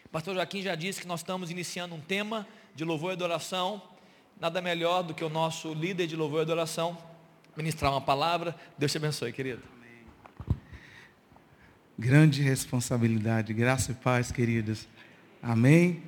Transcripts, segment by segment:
Pastor Joaquim já disse que nós estamos iniciando um tema de louvor e adoração. Nada melhor do que o nosso líder de louvor e adoração ministrar uma palavra. Deus te abençoe, querido. Amém. Grande responsabilidade, graça e paz, queridos. Amém.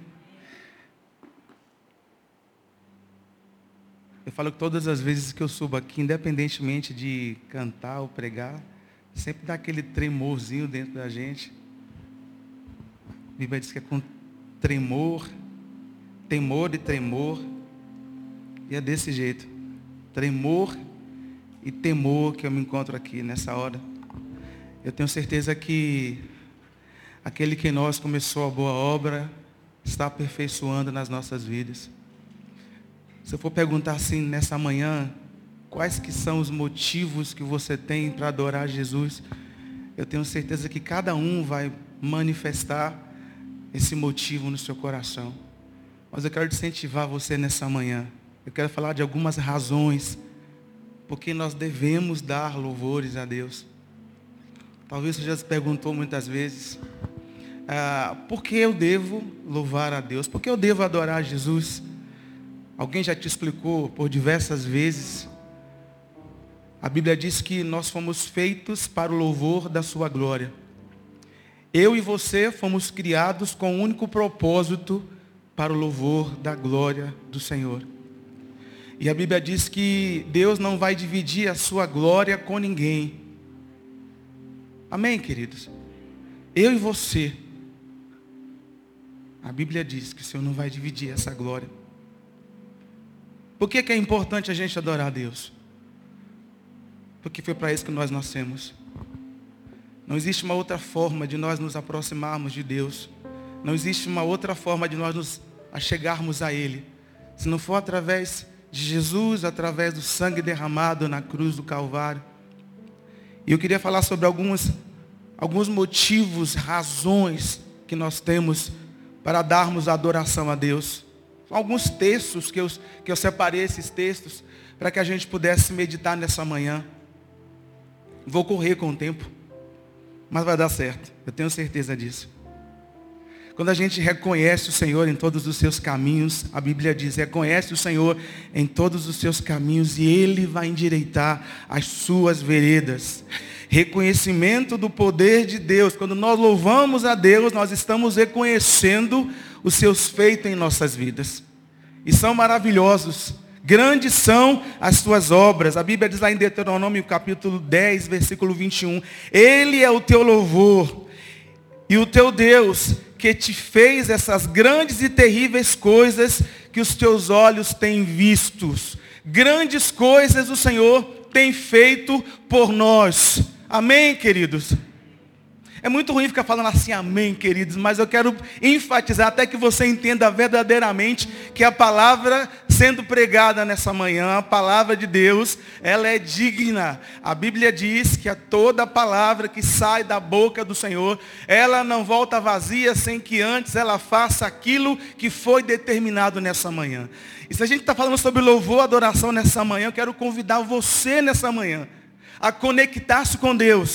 Eu falo que todas as vezes que eu subo aqui, independentemente de cantar ou pregar, sempre dá aquele tremorzinho dentro da gente. A Bíblia diz que é com tremor, temor e tremor. E é desse jeito. Tremor e temor que eu me encontro aqui nessa hora. Eu tenho certeza que aquele que em nós começou a boa obra está aperfeiçoando nas nossas vidas. Se eu for perguntar assim nessa manhã, quais que são os motivos que você tem para adorar Jesus, eu tenho certeza que cada um vai manifestar esse motivo no seu coração. Mas eu quero incentivar você nessa manhã. Eu quero falar de algumas razões porque nós devemos dar louvores a Deus. Talvez você já se perguntou muitas vezes, por que eu devo louvar a Deus? Por que eu devo adorar a Jesus? Alguém já te explicou por diversas vezes. A Bíblia diz que nós fomos feitos para o louvor da sua glória. Eu e você fomos criados com um único propósito para o louvor da glória do Senhor. E a Bíblia diz que Deus não vai dividir a sua glória com ninguém. Amém, queridos? Eu e você. A Bíblia diz que o Senhor não vai dividir essa glória. Por que é importante a gente adorar a Deus? Porque foi para isso que nós nascemos. Não existe uma outra forma de nós nos aproximarmos de Deus. Não existe uma outra forma de nós nos achegarmos a Ele. Se não for através de Jesus, através do sangue derramado na cruz do Calvário. E eu queria falar sobre alguns motivos, razões que nós temos para darmos adoração a Deus. Alguns textos que eu separei esses textos para que a gente pudesse meditar nessa manhã. Vou correr com o tempo, mas vai dar certo, eu tenho certeza disso. Quando a gente reconhece o Senhor em todos os seus caminhos, a Bíblia diz, reconhece o Senhor em todos os seus caminhos e Ele vai endireitar as suas veredas. Reconhecimento do poder de Deus. Quando nós louvamos a Deus, nós estamos reconhecendo os seus feitos em nossas vidas. E são maravilhosos. Grandes são as suas obras. A Bíblia diz lá em Deuteronômio capítulo 10, versículo 21. Ele é o teu louvor e o teu Deus que te fez essas grandes e terríveis coisas que os teus olhos têm vistos. Grandes coisas o Senhor tem feito por nós. Amém, queridos? É muito ruim ficar falando assim, amém, queridos, mas eu quero enfatizar até que você entenda verdadeiramente que a palavra sendo pregada nessa manhã, a palavra de Deus, ela é digna. A Bíblia diz que toda palavra que sai da boca do Senhor, ela não volta vazia sem que antes ela faça aquilo que foi determinado nessa manhã. E se a gente está falando sobre louvor, adoração nessa manhã, eu quero convidar você nessa manhã a conectar-se com Deus.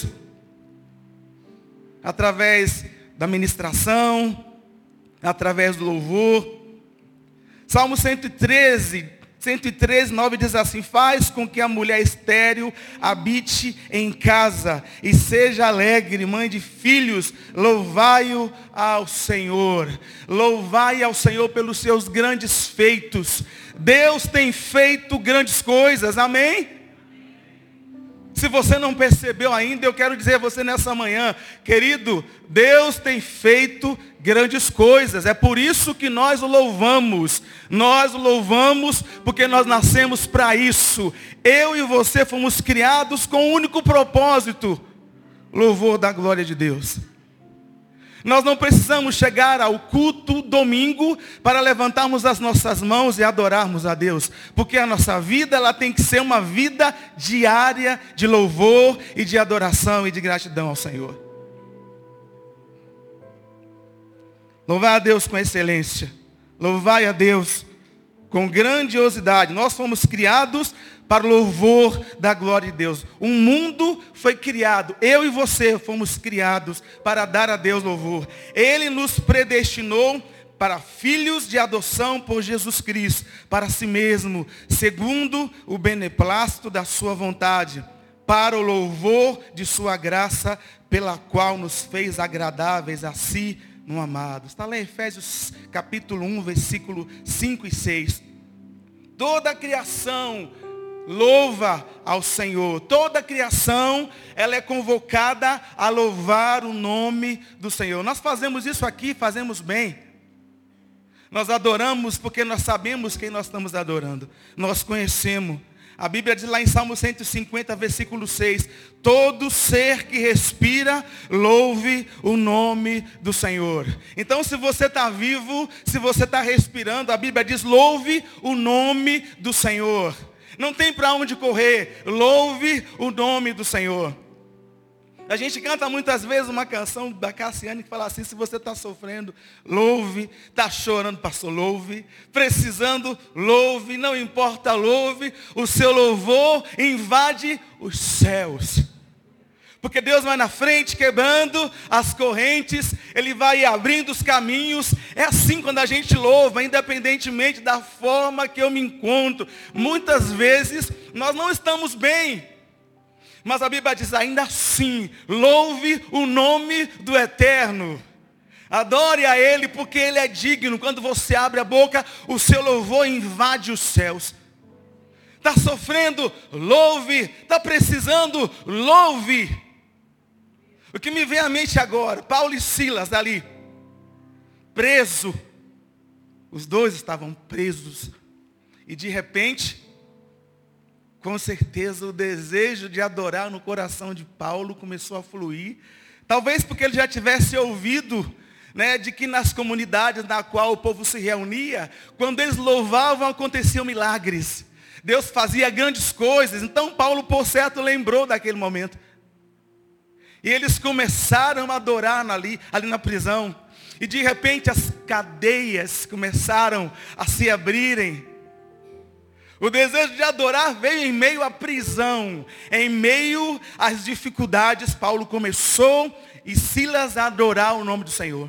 Através da ministração, através do louvor. Salmo 113, 9 diz assim, faz com que a mulher estéril habite em casa e seja alegre, mãe de filhos, louvai-o ao Senhor. Louvai ao Senhor pelos seus grandes feitos. Deus tem feito grandes coisas, amém? Se você não percebeu ainda, eu quero dizer a você nessa manhã, querido, Deus tem feito grandes coisas. É por isso que nós o louvamos. Nós o louvamos porque nós nascemos para isso. Eu e você fomos criados com um único propósito. Louvor da glória de Deus. Nós não precisamos chegar ao culto domingo para levantarmos as nossas mãos e adorarmos a Deus. Porque a nossa vida ela tem que ser uma vida diária de louvor e de adoração e de gratidão ao Senhor. Louvar a Deus com excelência. Louvai a Deus com grandiosidade. Nós fomos criados para o louvor da glória de Deus. O mundo foi criado, eu e você fomos criados para dar a Deus louvor. Ele nos predestinou para filhos de adoção por Jesus Cristo, para si mesmo, segundo o beneplácito da sua vontade, para o louvor de sua graça, pela qual nos fez agradáveis a si no amado. Está lá em Efésios capítulo 1, versículo 5 e 6. Toda a criação louva ao Senhor. Toda a criação, ela é convocada a louvar o nome do Senhor. Nós fazemos isso aqui, fazemos bem. Nós adoramos porque nós sabemos quem nós estamos adorando. Nós conhecemos. A Bíblia diz lá em Salmo 150, versículo 6. Todo ser que respira, louve o nome do Senhor. Então, se você está vivo, se você está respirando, a Bíblia diz, louve o nome do Senhor. Não tem para onde correr, louve o nome do Senhor. A gente canta muitas vezes uma canção da Cassiane que fala assim, se você está sofrendo, louve, está chorando, pastor, louve, precisando, louve, não importa, louve, o seu louvor invade os céus. Porque Deus vai na frente, quebrando as correntes, Ele vai abrindo os caminhos. É assim quando a gente louva, independentemente da forma que eu me encontro. Muitas vezes nós não estamos bem. Mas a Bíblia diz, ainda assim, louve o nome do Eterno. Adore a Ele, porque Ele é digno. Quando você abre a boca, o seu louvor invade os céus. Está sofrendo? Louve. Está precisando? Louve. O que me vem à mente agora, Paulo e Silas ali, preso. Os dois estavam presos. E de repente, com certeza o desejo de adorar no coração de Paulo começou a fluir. Talvez porque ele já tivesse ouvido, de que nas comunidades na qual o povo se reunia, quando eles louvavam, aconteciam milagres. Deus fazia grandes coisas. Então Paulo, por certo, lembrou daquele momento. E eles começaram a adorar ali na prisão. E de repente as cadeias começaram a se abrirem. O desejo de adorar veio em meio à prisão, em meio às dificuldades. Paulo começou e Silas a adorar o nome do Senhor.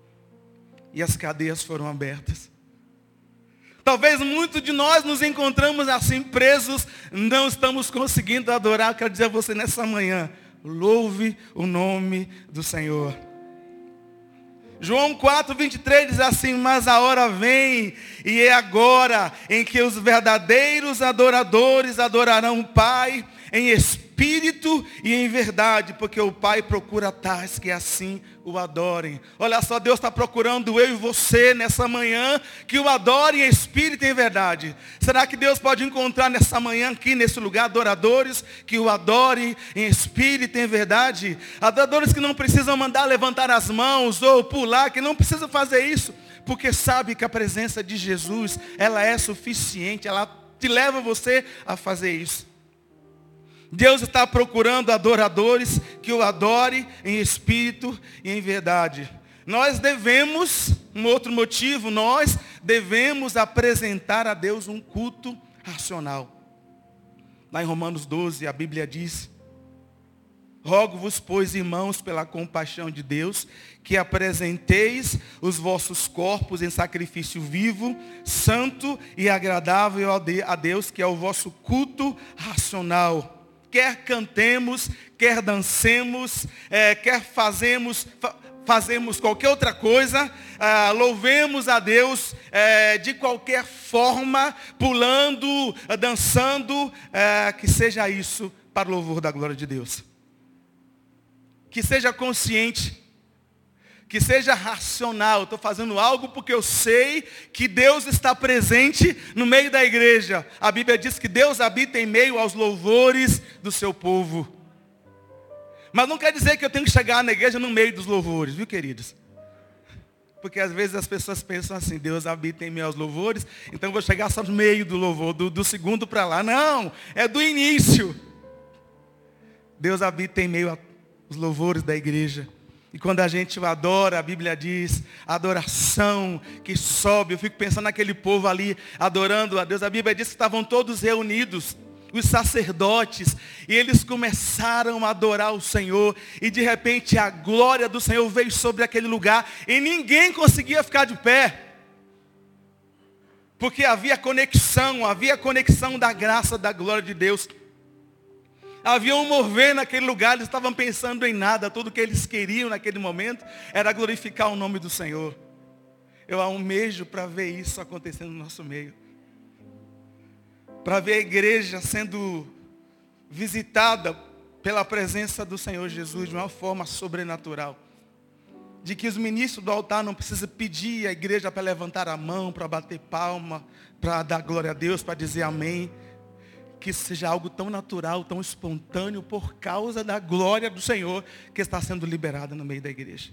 E as cadeias foram abertas. Talvez muitos de nós nos encontramos assim presos, não estamos conseguindo adorar. Eu quero dizer a você nessa manhã, louve o nome do Senhor. João 4:23 diz assim, mas a hora vem, e é agora, em que os verdadeiros adoradores adorarão o Pai, em espírito e em verdade, porque o Pai procura tais que assim o adorem. Olha só, Deus está procurando eu e você nessa manhã, que o adorem em espírito e em verdade. Será que Deus pode encontrar nessa manhã aqui, nesse lugar, adoradores que o adorem em espírito e em verdade? Adoradores que não precisam mandar levantar as mãos ou pular, que não precisam fazer isso, porque sabe que a presença de Jesus, ela é suficiente, ela te leva você a fazer isso. Deus está procurando adoradores que o adorem em espírito e em verdade. Nós devemos, um outro motivo, nós devemos apresentar a Deus um culto racional. Lá em Romanos 12, a Bíblia diz, rogo-vos, pois, irmãos, pela compaixão de Deus, que apresenteis os vossos corpos em sacrifício vivo, santo e agradável a Deus, que é o vosso culto racional. Quer cantemos, quer dancemos, quer fazemos qualquer outra coisa, louvemos a Deus de qualquer forma, pulando, dançando, que seja isso para o louvor da glória de Deus. Que seja consciente, que seja racional. Estou fazendo algo porque eu sei que Deus está presente no meio da igreja. A Bíblia diz que Deus habita em meio aos louvores do seu povo. Mas não quer dizer que eu tenho que chegar na igreja no meio dos louvores, viu, queridos? Porque às vezes as pessoas pensam assim, Deus habita em meio aos louvores, então eu vou chegar só no meio do louvor, do segundo para lá. Não, é do início. Deus habita em meio aos louvores da igreja. E quando a gente o adora, a Bíblia diz, a adoração que sobe. Eu fico pensando naquele povo ali adorando a Deus. A Bíblia diz que estavam todos reunidos, os sacerdotes, e eles começaram a adorar o Senhor. E de repente a glória do Senhor veio sobre aquele lugar e ninguém conseguia ficar de pé. Porque havia conexão da graça, da glória de Deus. Havia um mover naquele lugar, eles estavam pensando em nada, tudo que eles queriam naquele momento era glorificar o nome do Senhor. Eu almejo para ver isso acontecendo no nosso meio. Para ver a igreja sendo visitada pela presença do Senhor Jesus de uma forma sobrenatural. De que os ministros do altar não precisam pedir a igreja para levantar a mão, para bater palma, para dar glória a Deus, para dizer amém. Que isso seja algo tão natural, tão espontâneo, por causa da glória do Senhor que está sendo liberada no meio da igreja.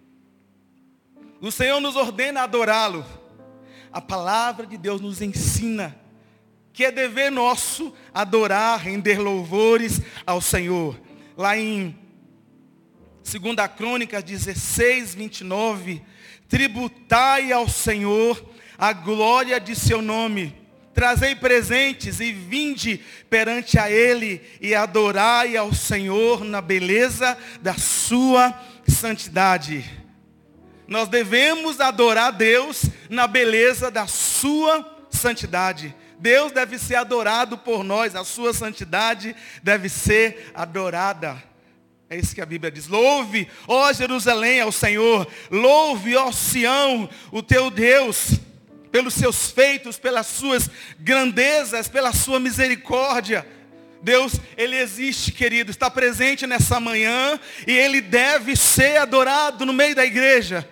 O Senhor nos ordena adorá-lo. A palavra de Deus nos ensina que é dever nosso adorar, render louvores ao Senhor. Lá em 2 Crônicas 16, 29, tributai ao Senhor a glória de seu nome. Trazei presentes e vinde perante a Ele e adorai ao Senhor na beleza da sua santidade. Nós devemos adorar Deus na beleza da sua santidade. Deus deve ser adorado por nós, a sua santidade deve ser adorada. É isso que a Bíblia diz. Louve, ó Jerusalém, ao Senhor. Louve, ó Sião, o teu Deus. Pelos seus feitos, pelas suas grandezas, pela sua misericórdia. Deus, Ele existe, querido, está presente nessa manhã e Ele deve ser adorado no meio da igreja.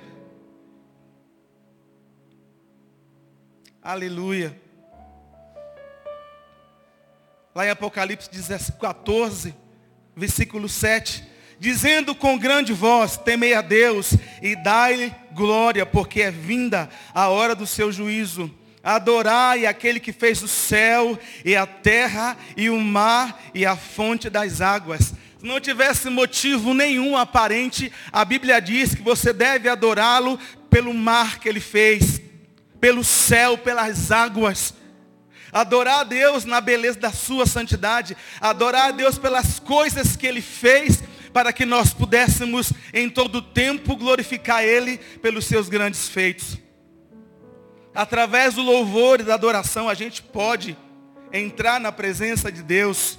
Aleluia. Lá em Apocalipse 14, versículo 7. Dizendo com grande voz, temei a Deus e dai-lhe glória, porque é vinda a hora do seu juízo. Adorai aquele que fez o céu e a terra e o mar e a fonte das águas. Se não tivesse motivo nenhum aparente, a Bíblia diz que você deve adorá-lo pelo mar que ele fez, pelo céu, pelas águas. Adorar a Deus na beleza da sua santidade. Adorar a Deus pelas coisas que Ele fez, para que nós pudéssemos em todo tempo glorificar Ele pelos seus grandes feitos. Através do louvor e da adoração a gente pode entrar na presença de Deus.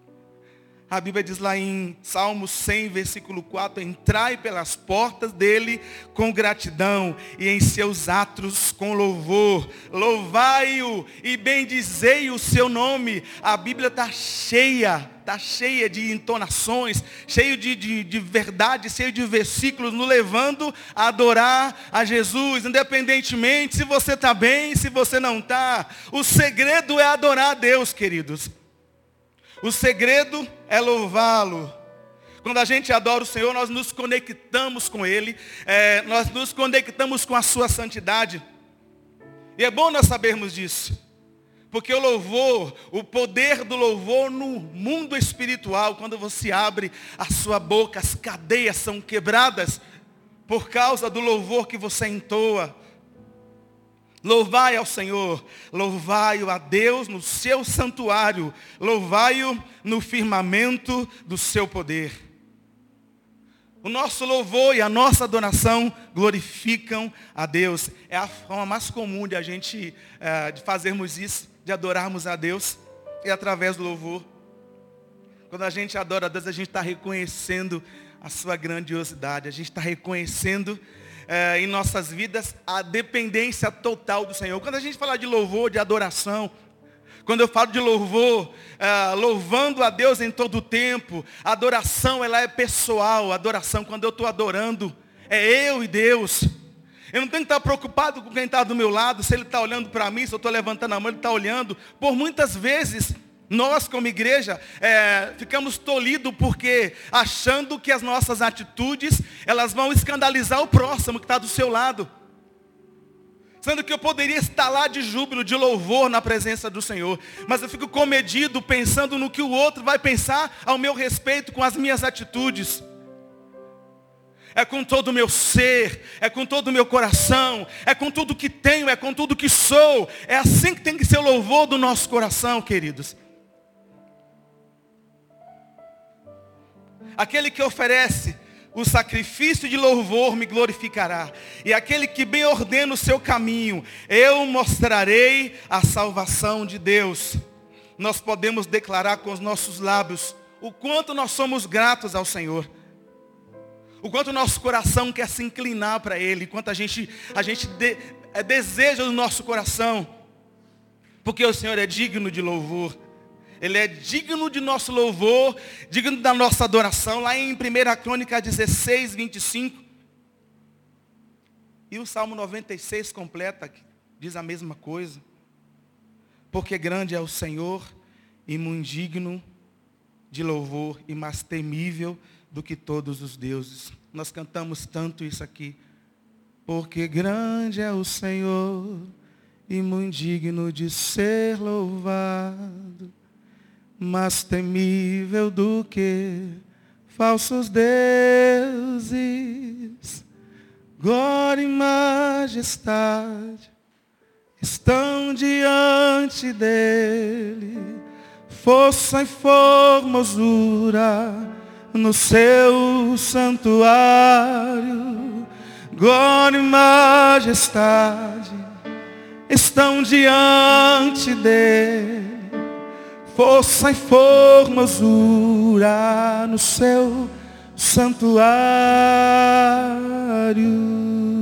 A Bíblia diz lá em Salmo 100, versículo 4, entrai pelas portas dele com gratidão e em seus atos com louvor. Louvai-o e bendizei o seu nome. A Bíblia está cheia de entonações, cheio de verdade, cheio de versículos, nos levando a adorar a Jesus, independentemente se você está bem, se você não está. O segredo é adorar a Deus, queridos. O segredo é louvá-lo. Quando a gente adora o Senhor, nós nos conectamos com Ele, nós nos conectamos com a sua santidade. E é bom nós sabermos disso. Porque o louvor, o poder do louvor no mundo espiritual, quando você abre a sua boca, as cadeias são quebradas por causa do louvor que você entoa. Louvai ao Senhor, louvai-o a Deus no seu santuário, louvai-o no firmamento do seu poder. O nosso louvor e a nossa adoração glorificam a Deus. É a forma mais comum de a gente de fazermos isso, de adorarmos a Deus, é através do louvor. Quando a gente adora a Deus, a gente está reconhecendo a sua grandiosidade, a gente está reconhecendo em nossas vidas a dependência total do Senhor. Quando a gente fala de louvor, de adoração, quando eu falo de louvor, louvando a Deus em todo o tempo, a adoração ela é pessoal. A adoração, quando eu estou adorando, é eu e Deus. Eu não tenho que estar preocupado com quem está do meu lado, se ele está olhando para mim, se eu estou levantando a mão, ele está olhando. Por muitas vezes, nós como igreja, ficamos tolhidos porque achando que as nossas atitudes, elas vão escandalizar o próximo que está do seu lado. Sendo que eu poderia estar lá de júbilo, de louvor na presença do Senhor. Mas eu fico comedido pensando no que o outro vai pensar ao meu respeito com as minhas atitudes. é com todo o meu ser, é com todo o meu coração, é com tudo que tenho, é com tudo que sou. É assim que tem que ser o louvor do nosso coração, queridos. Aquele que oferece o sacrifício de louvor me glorificará. E aquele que bem ordena o seu caminho, eu mostrarei a salvação de Deus. Nós podemos declarar com os nossos lábios o quanto nós somos gratos ao Senhor. O quanto o nosso coração quer se inclinar para Ele. Quanto a gente deseja no nosso coração. Porque o Senhor é digno de louvor. Ele é digno de nosso louvor, digno da nossa adoração. Lá em 1 Crônicas 16, 25. E o Salmo 96 completa, diz a mesma coisa. Porque grande é o Senhor e muito digno de louvor e mais temível do que todos os deuses. Nós cantamos tanto isso aqui. Porque grande é o Senhor e muito digno de ser louvado, mais temível do que falsos deuses. Glória e majestade estão diante dele, força e formosura no seu santuário. Glória e majestade estão diante dele, força e formosura no seu santuário.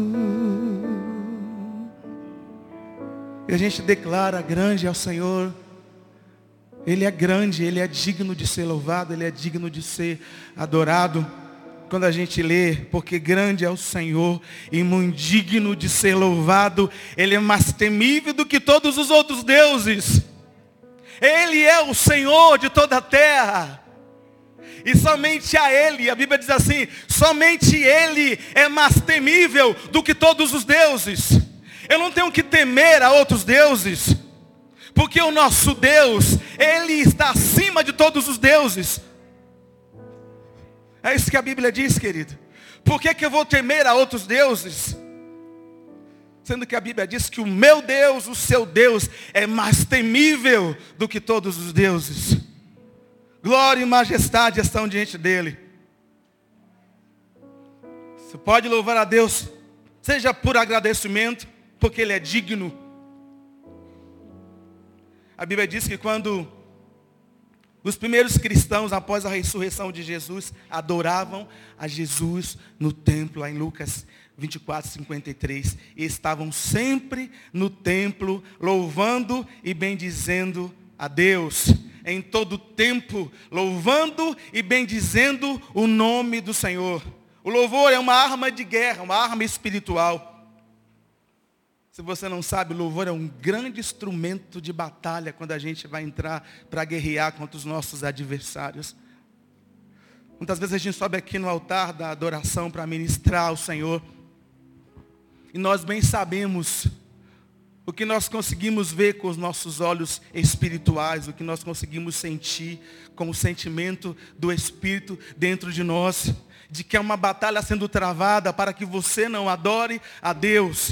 E a gente declara: grande é o Senhor. Ele é grande, Ele é digno de ser louvado, Ele é digno de ser adorado. Quando a gente lê, porque grande é o Senhor e muito digno de ser louvado, Ele é mais temível do que todos os outros deuses. Ele é o Senhor de toda a terra. E somente a Ele, a Bíblia diz assim, somente Ele é mais temível do que todos os deuses. Eu não tenho que temer a outros deuses, porque o nosso Deus, Ele está acima de todos os deuses. É isso que a Bíblia diz, querido. Por que eu vou temer a outros deuses? Sendo que a Bíblia diz que o meu Deus, o seu Deus, é mais temível do que todos os deuses. Glória e majestade estão diante dele. Você pode louvar a Deus, seja por agradecimento, porque Ele é digno. A Bíblia diz que quando os primeiros cristãos, após a ressurreição de Jesus, adoravam a Jesus no templo, lá em Lucas 24, 53. E estavam sempre no templo, louvando e bendizendo a Deus. Em todo tempo, louvando e bendizendo o nome do Senhor. O louvor é uma arma de guerra, uma arma espiritual. Se você não sabe, o louvor é um grande instrumento de batalha quando a gente vai entrar para guerrear contra os nossos adversários. Muitas vezes a gente sobe aqui no altar da adoração para ministrar ao Senhor. E nós bem sabemos o que nós conseguimos ver com os nossos olhos espirituais, o que nós conseguimos sentir com o sentimento do Espírito dentro de nós, de que é uma batalha sendo travada para que você não adore a Deus.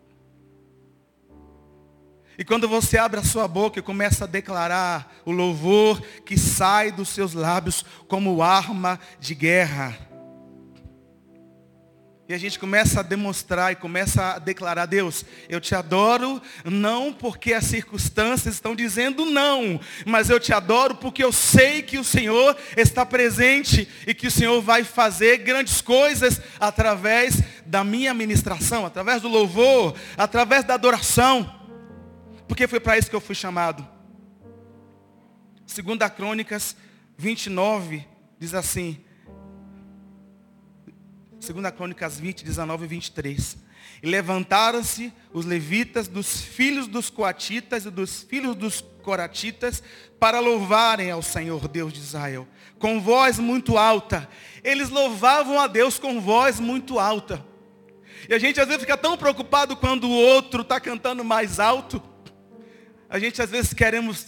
E quando você abre a sua boca e começa a declarar o louvor que sai dos seus lábios como arma de guerra. E a gente começa a demonstrar e começa a declarar: Deus, eu te adoro, não porque as circunstâncias estão dizendo não, mas eu te adoro porque eu sei que o Senhor está presente e que o Senhor vai fazer grandes coisas através da minha ministração, através do louvor, através da adoração. Porque foi para isso que eu fui chamado. 2 Crônicas 29 diz assim. 2 Crônicas 20, 19 e 23. E levantaram-se os levitas dos filhos dos coatitas e dos filhos dos coratitas para louvarem ao Senhor Deus de Israel. Com voz muito alta. Eles louvavam a Deus com voz muito alta. E a gente às vezes fica tão preocupado quando o outro está cantando mais alto. A gente às vezes queremos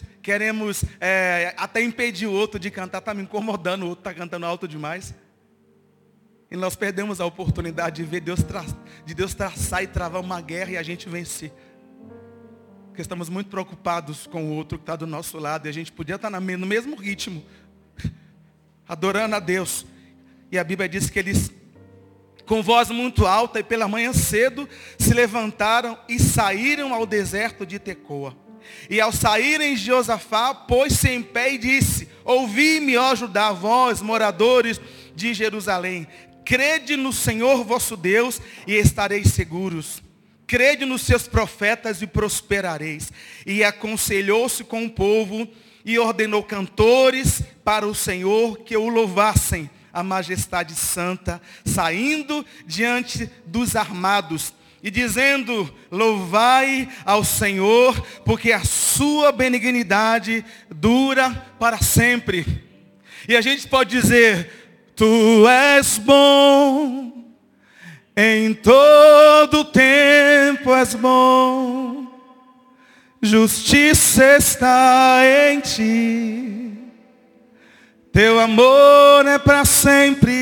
até impedir o outro de cantar, está me incomodando, o outro está cantando alto demais. E nós perdemos a oportunidade de ver Deus traçar e travar uma guerra e a gente vencer. Porque estamos muito preocupados com o outro que está do nosso lado. E a gente podia estar no mesmo ritmo, adorando a Deus. E a Bíblia diz que eles, com voz muito alta e pela manhã cedo, se levantaram e saíram ao deserto de Tecoa. E ao saírem, Josafá pôs-se em pé e disse: ouvi-me, ó Judá, vós, moradores de Jerusalém. Crede no Senhor vosso Deus e estareis seguros. Crede nos seus profetas e prosperareis. E aconselhou-se com o povo e ordenou cantores para o Senhor que o louvassem a majestade santa, saindo diante dos armados e dizendo: louvai ao Senhor, porque a sua benignidade dura para sempre. E a gente pode dizer: tu és bom, em todo tempo és bom, justiça está em ti, teu amor é para sempre.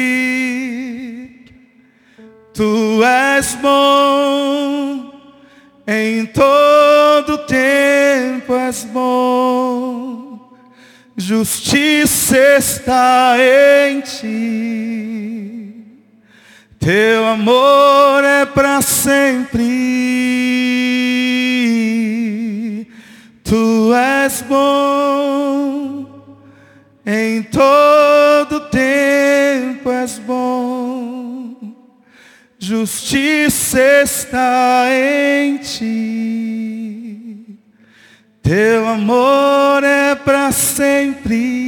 Tu és bom, em todo tempo és bom, justiça está em ti, teu amor é para sempre. Tu és bom, em todo tempo és bom, justiça está em ti, teu amor é para sempre.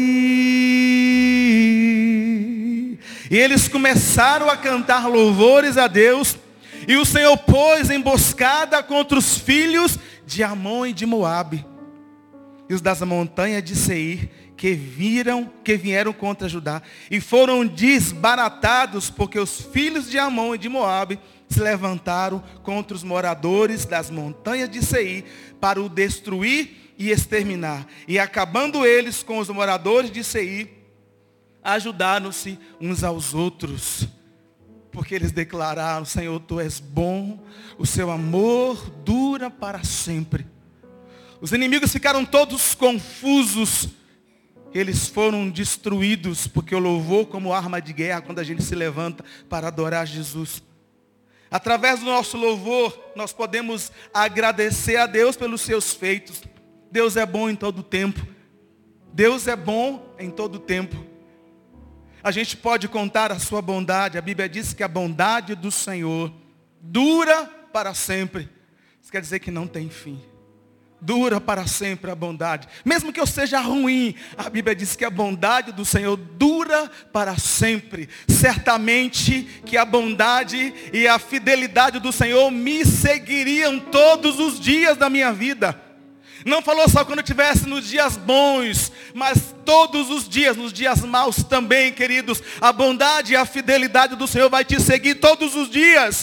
E eles começaram a cantar louvores a Deus. E o Senhor pôs emboscada contra os filhos de Amon e de Moabe, e os das montanhas de Seir, que vieram contra Judá, e foram desbaratados, porque os filhos de Amon e de Moabe se levantaram contra os moradores das montanhas de Seir, para o destruir e exterminar. E acabando eles com os moradores de Seir, ajudaram-se uns aos outros, porque eles declararam: Senhor, tu és bom, o seu amor dura para sempre. Os inimigos ficaram todos confusos. Eles foram destruídos, porque o louvor como arma de guerra, quando a gente se levanta para adorar Jesus. Através do nosso louvor, nós podemos agradecer a Deus pelos seus feitos. Deus é bom em todo tempo. Deus é bom em todo tempo. A gente pode contar a sua bondade. A Bíblia diz que a bondade do Senhor dura para sempre. Isso quer dizer que não tem fim. Dura para sempre a bondade. Mesmo que eu seja ruim, a Bíblia diz que a bondade do Senhor dura para sempre. Certamente que a bondade e a fidelidade do Senhor me seguiriam todos os dias da minha vida. Não falou só quando eu estivesse nos dias bons, mas todos os dias, nos dias maus também, queridos. A bondade e a fidelidade do Senhor vai te seguir todos os dias.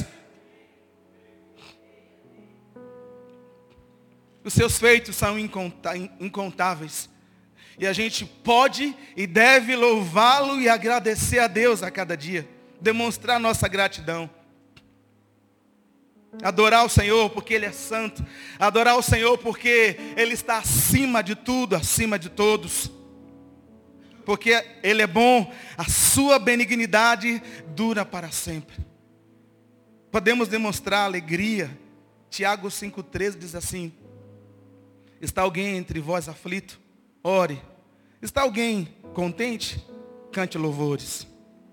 Os seus feitos são incontáveis. E a gente pode e deve louvá-lo e agradecer a Deus a cada dia. Demonstrar nossa gratidão. Adorar o Senhor porque Ele é santo. Adorar o Senhor porque Ele está acima de tudo, acima de todos. Porque Ele é bom, a sua benignidade dura para sempre. Podemos demonstrar alegria. Tiago 5,13 diz assim: está alguém entre vós aflito? Ore. Está alguém contente? Cante louvores.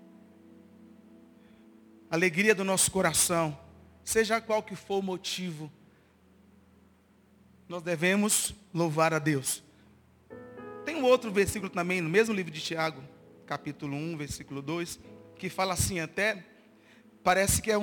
Alegria do nosso coração, seja qual que for o motivo, nós devemos louvar a Deus. Tem um outro versículo também, no mesmo livro de Tiago, capítulo 1, versículo 2, que fala assim até, parece que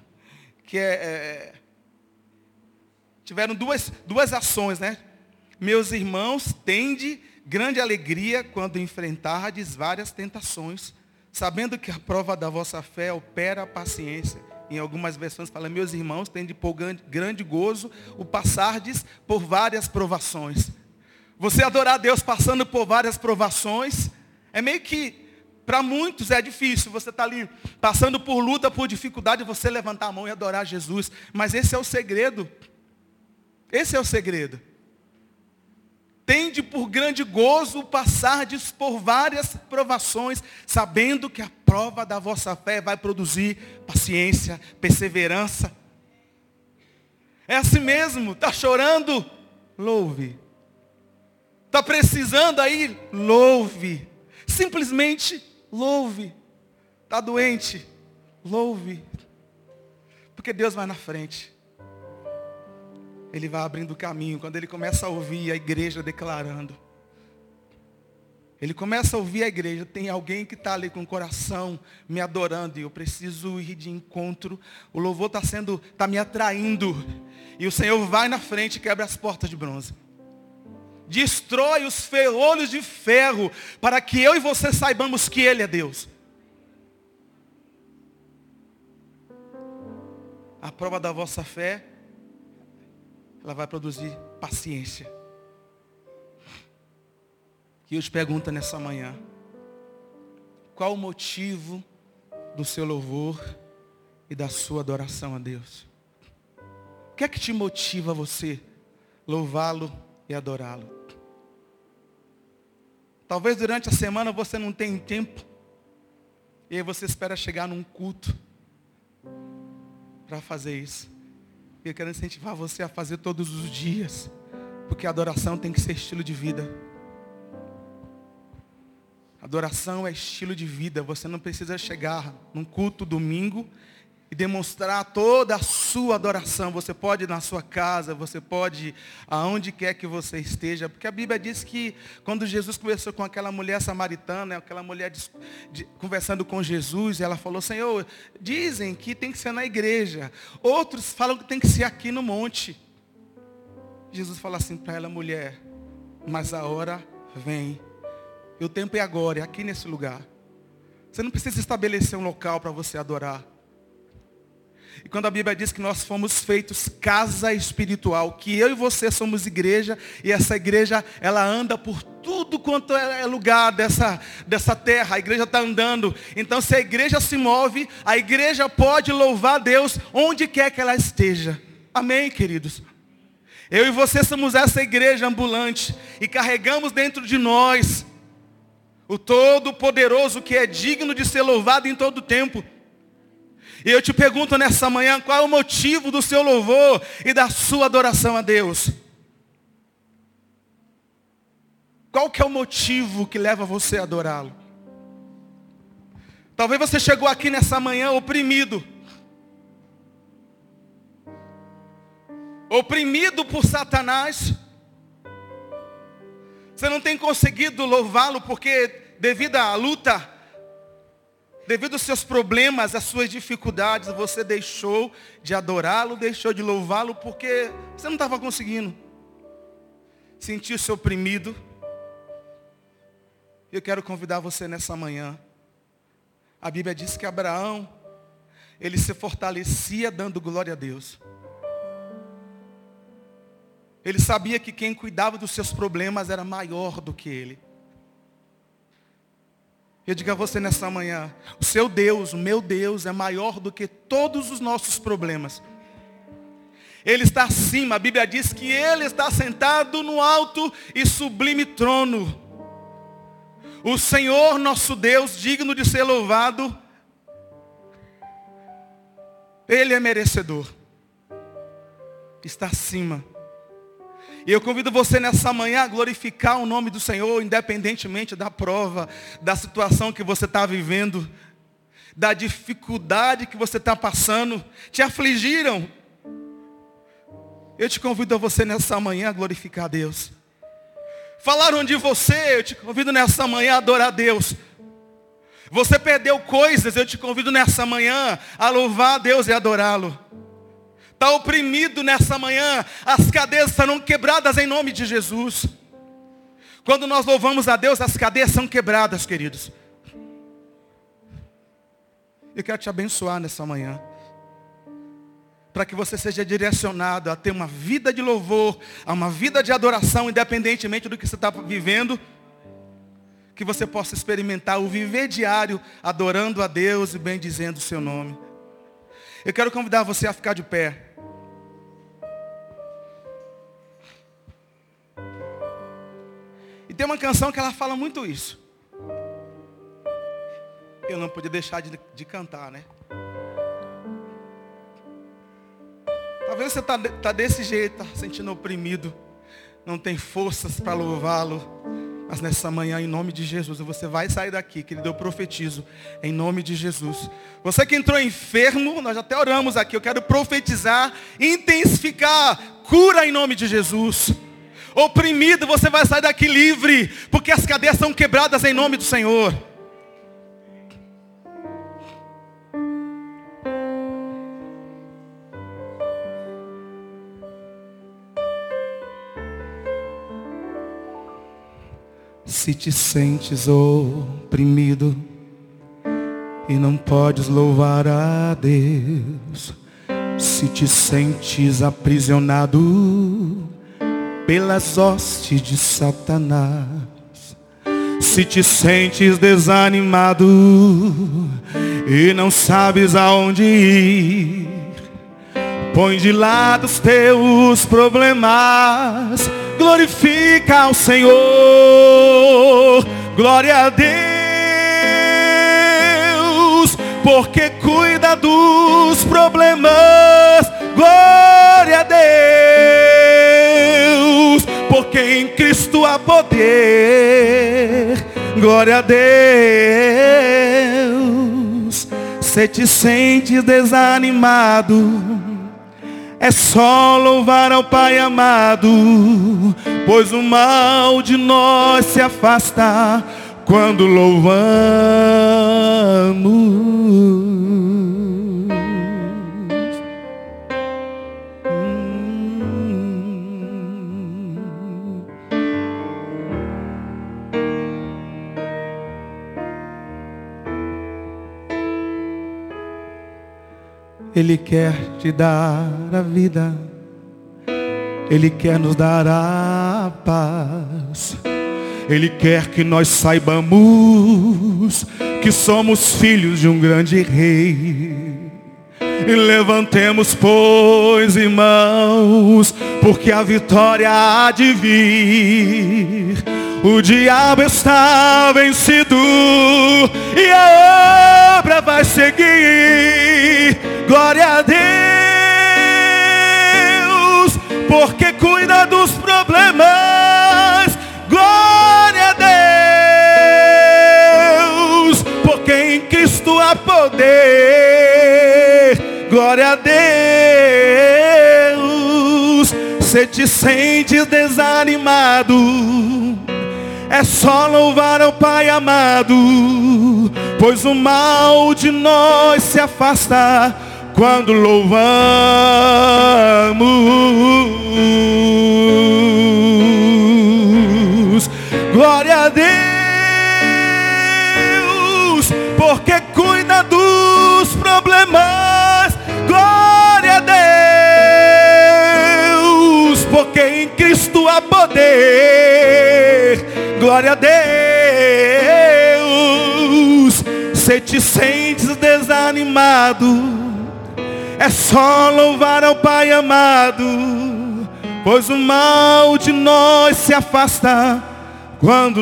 tiveram duas ações, né? Meus irmãos, tende grande alegria quando enfrentardes várias tentações, sabendo que a prova da vossa fé opera a paciência. Em algumas versões fala: meus irmãos, tende por grande gozo o passardes por várias provações. Você adorar a Deus passando por várias provações, é meio que Para muitos é difícil, você está ali passando por luta, por dificuldade, você levantar a mão e adorar Jesus. Mas esse é o segredo. Esse é o segredo. Tende por grande gozo passardes por várias provações, sabendo que a prova da vossa fé vai produzir paciência, perseverança. É assim mesmo, está chorando? Louve. Está precisando aí? Louve. Simplesmente louve. Está doente? Louve. Porque Deus vai na frente. Ele vai abrindo o caminho. Quando ele começa a ouvir a igreja declarando. Ele começa a ouvir a igreja. Tem alguém que está ali com o coração me adorando. E eu preciso ir de encontro. O louvor está me atraindo. E o Senhor vai na frente e quebra as portas de bronze. Destrói os ferrolhos de ferro. Para que eu e você saibamos que Ele é Deus. A prova da vossa fé, ela vai produzir paciência. E eu te pergunto nessa manhã, qual o motivo do seu louvor e da sua adoração a Deus? O que é que te motiva você louvá-lo e adorá-lo? Talvez durante a semana você não tenha tempo, e aí você espera chegar num culto para fazer isso. Eu quero incentivar você a fazer todos os dias. Porque a adoração tem que ser estilo de vida. Adoração é estilo de vida. Você não precisa chegar num culto domingo e demonstrar toda a sua adoração. Você pode ir na sua casa, você pode ir aonde quer que você esteja. Porque a Bíblia diz que quando Jesus conversou com aquela mulher samaritana, aquela mulher conversando com Jesus, ela falou, Senhor, dizem que tem que ser na igreja. Outros falam que tem que ser aqui no monte. Jesus fala assim para ela, mulher, mas a hora vem. E o tempo é agora, é aqui nesse lugar. Você não precisa estabelecer um local para você adorar. E quando a Bíblia diz que nós fomos feitos casa espiritual, que eu e você somos igreja, e essa igreja, ela anda por tudo quanto é lugar dessa terra, a igreja está andando. Então se a igreja se move, a igreja pode louvar a Deus onde quer que ela esteja. Amém, queridos? Eu e você somos essa igreja ambulante, e carregamos dentro de nós o Todo-Poderoso que é digno de ser louvado em todo tempo. E eu te pergunto nessa manhã, qual é o motivo do seu louvor e da sua adoração a Deus? Qual que é o motivo que leva você a adorá-lo? Talvez você chegou aqui nessa manhã oprimido. Oprimido por Satanás. Você não tem conseguido louvá-lo porque devido à luta, devido aos seus problemas, às suas dificuldades, você deixou de adorá-lo, deixou de louvá-lo, porque você não estava conseguindo. Sentiu-se oprimido. Eu quero convidar você nessa manhã. A Bíblia diz que Abraão, ele se fortalecia dando glória a Deus. Ele sabia que quem cuidava dos seus problemas era maior do que ele. Eu digo a você nessa manhã, o seu Deus, o meu Deus é maior do que todos os nossos problemas. Ele está acima, a Bíblia diz que Ele está sentado no alto e sublime trono. O Senhor nosso Deus, digno de ser louvado, Ele é merecedor. Está acima. E eu convido você nessa manhã a glorificar o nome do Senhor, independentemente da prova, da situação que você está vivendo, da dificuldade que você está passando. Te afligiram. Eu te convido a você nessa manhã a glorificar a Deus. Falaram de você, eu te convido nessa manhã a adorar a Deus. Você perdeu coisas, eu te convido nessa manhã a louvar a Deus e adorá-lo. Está oprimido nessa manhã, as cadeias serão quebradas em nome de Jesus. Quando nós louvamos a Deus, as cadeias são quebradas, queridos. Eu quero te abençoar nessa manhã, para que você seja direcionado a ter uma vida de louvor, a uma vida de adoração, independentemente do que você está vivendo. que você possa experimentar o viver diário, adorando a Deus e bendizendo o seu nome. Eu quero convidar você a ficar de pé. E tem uma canção que ela fala muito isso. Eu não podia deixar de cantar, né? Talvez você tá desse jeito, tá sentindo oprimido, não tem forças para louvá-lo. Mas nessa manhã, em nome de Jesus, você vai sair daqui, querido, eu profetizo, em nome de Jesus. Você que entrou enfermo, nós até oramos aqui, eu quero profetizar, intensificar, cura em nome de Jesus. Oprimido, você vai sair daqui livre, porque as cadeias são quebradas em nome do Senhor. Se te sentes oprimido e não podes louvar a Deus, se te sentes aprisionado pelas hostes de Satanás, se te sentes desanimado e não sabes aonde ir, põe de lado os teus problemas, glorifica ao Senhor, glória a Deus, porque cuida dos problemas, glória a Deus, porque em Cristo há poder, glória a Deus. Se te sentes desanimado, é só louvar ao Pai amado, pois o mal de nós se afasta quando louvamos. Ele quer te dar a vida, Ele quer nos dar a paz. Ele quer que nós saibamos que somos filhos de um grande rei. E levantemos, pois, irmãos, porque a vitória há de vir. O diabo está vencido e a obra vai seguir. Glória a Deus, porque cuida dos problemas. Glória a Deus, porque em Cristo há poder. Glória a Deus. Se te sentes desanimado, é só louvar ao Pai amado, pois o mal de nós se afasta quando louvamos. Glória a Deus, porque cuida dos problemas. Glória a Deus, porque em Cristo há poder. Glória a Deus. Se te sentes desanimado, é só louvar ao Pai amado, pois o mal de nós se afasta quando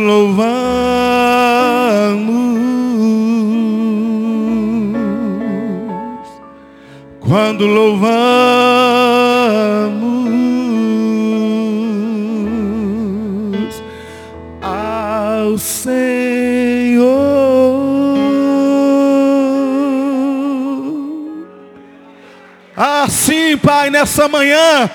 louvamos. Quando louvamos ao Senhor. Assim, Pai, nessa manhã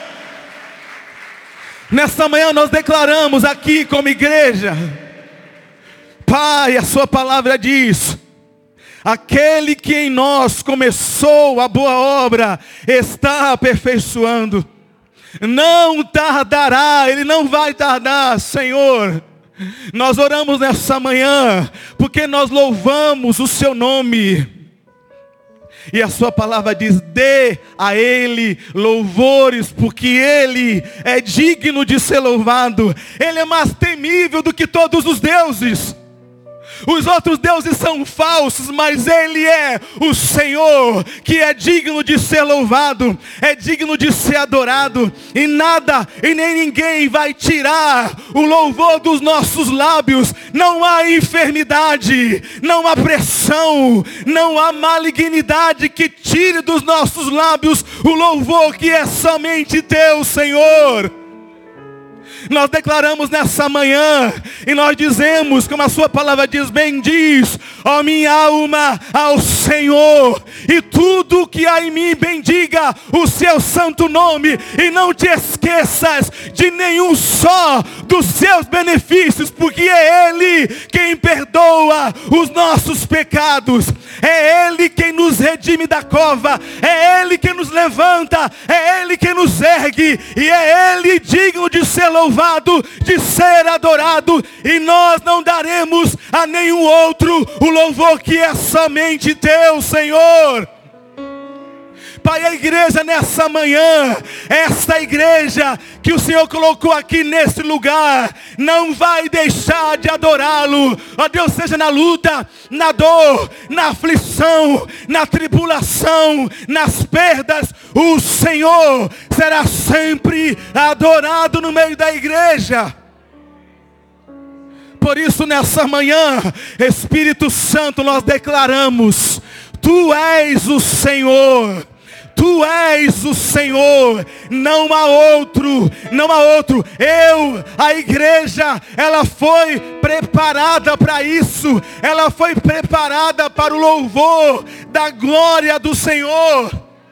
nós declaramos aqui como igreja, Pai, a sua palavra diz: aquele que em nós começou a boa obra está aperfeiçoando, não tardará, Ele não vai tardar, Senhor. Nós oramos nessa manhã porque nós louvamos o seu nome. E a sua palavra diz: dê a Ele louvores, porque Ele é digno de ser louvado. Ele é mais temível do que todos os deuses. Os outros deuses são falsos, mas Ele é o Senhor, que é digno de ser louvado, é digno de ser adorado. E nada e nem ninguém vai tirar o louvor dos nossos lábios. Não há enfermidade, não há pressão, não há malignidade que tire dos nossos lábios o louvor que é somente teu, Senhor. Nós declaramos nessa manhã, e nós dizemos, como a sua palavra diz, bendiz, ó minha alma, ao Senhor, e tudo que há em mim bendiga o seu santo nome, e não te esqueças de nenhum só dos seus benefícios, porque é Ele quem perdoa os nossos pecados, é Ele quem nos redime da cova, é Ele quem nos levanta, é Ele quem nos ergue, e é Ele digno de ser louvado, de ser adorado, e nós não daremos a nenhum outro o louvor que é somente teu, Senhor. Pai, a igreja nessa manhã, esta igreja que o Senhor colocou aqui nesse lugar, não vai deixar de adorá-lo, ó Deus, seja na luta, na dor, na aflição, na tribulação, nas perdas, o Senhor será sempre adorado no meio da igreja. Por isso nessa manhã, Espírito Santo, nós declaramos, Tu és o Senhor. Tu és o Senhor, não há outro, não há outro. A igreja, ela foi preparada para isso, ela foi preparada para o louvor da glória do Senhor.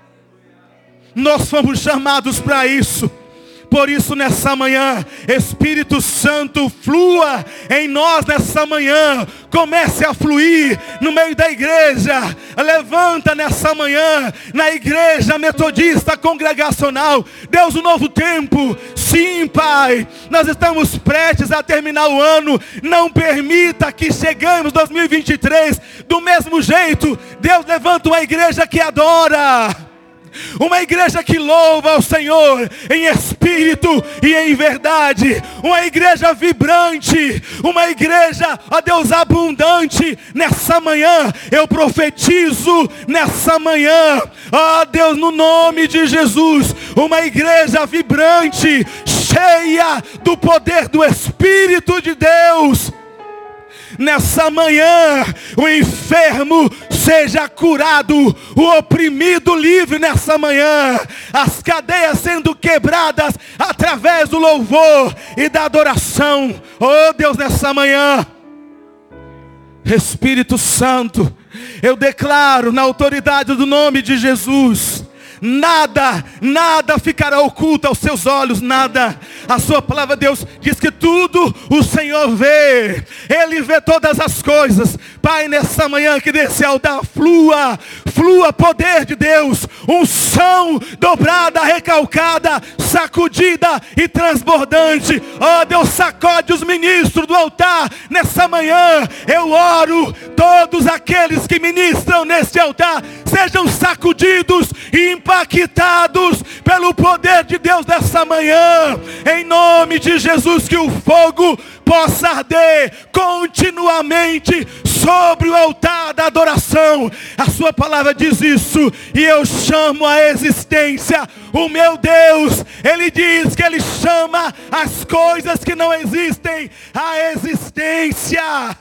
Nós fomos chamados para isso. Por isso nessa manhã, Espírito Santo, flua em nós nessa manhã, comece a fluir no meio da igreja, levanta nessa manhã, na igreja metodista congregacional, Deus, um novo tempo. Sim, Pai, nós estamos prestes a terminar o ano, não permita que chegamos 2023 do mesmo jeito. Deus, levanta uma igreja que adora, uma igreja que louva ao Senhor em espírito e em verdade, uma igreja vibrante, uma igreja, ó Deus, abundante. Nessa manhã eu profetizo, nessa manhã, ó Deus, no nome de Jesus, uma igreja vibrante, cheia do poder do Espírito de Deus. Nessa manhã, o enfermo seja curado, o oprimido livre nessa manhã, as cadeias sendo quebradas através do louvor e da adoração. Oh Deus, nessa manhã, Espírito Santo, eu declaro na autoridade do nome de Jesus, nada ficará oculto aos seus olhos, nada. A sua palavra, Deus, diz que tudo o Senhor vê. Ele vê todas as coisas. Pai, nessa manhã que desse altar flua poder de Deus, unção dobrada, recalcada, sacudida e transbordante. Ó Deus, sacode os ministros do altar nessa manhã. Eu oro, todos aqueles que ministram neste altar sejam sacudidos e impactados pelo poder de Deus nessa manhã, em nome de Jesus. Que o fogo possa arder continuamente sobre o altar da adoração. A sua palavra diz isso, e eu chamo a existência o meu Deus. Ele diz que Ele chama as coisas que não existem à existência.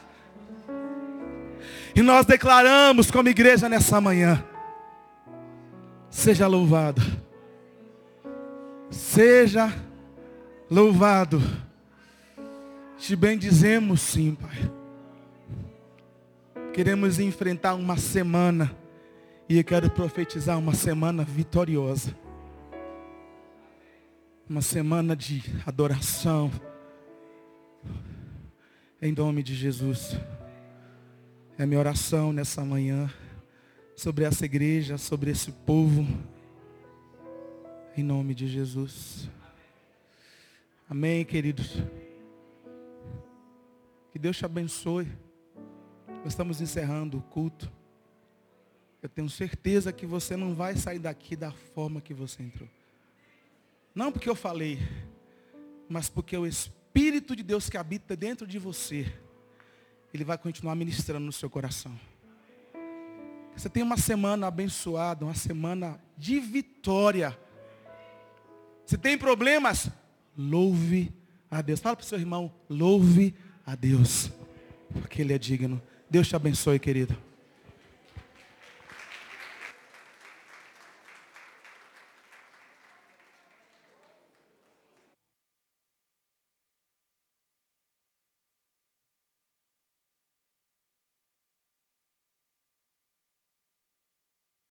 E nós declaramos como igreja nessa manhã: seja louvado, seja louvado. Te bendizemos, sim, Pai. Queremos enfrentar uma semana, e eu quero profetizar uma semana vitoriosa, uma semana de adoração, em nome de Jesus. É minha oração nessa manhã sobre essa igreja, sobre esse povo, em nome de Jesus. Amém, queridos. Que Deus te abençoe. Nós estamos encerrando o culto. Eu tenho certeza que você não vai sair daqui da forma que você entrou. Não porque eu falei, mas porque o Espírito de Deus que habita dentro de você, Ele vai continuar ministrando no seu coração. Você tem uma semana abençoada, uma semana de vitória. Se tem problemas, louve a Deus. Fala para o seu irmão, louve a Deus, porque Ele é digno. Deus te abençoe, querido.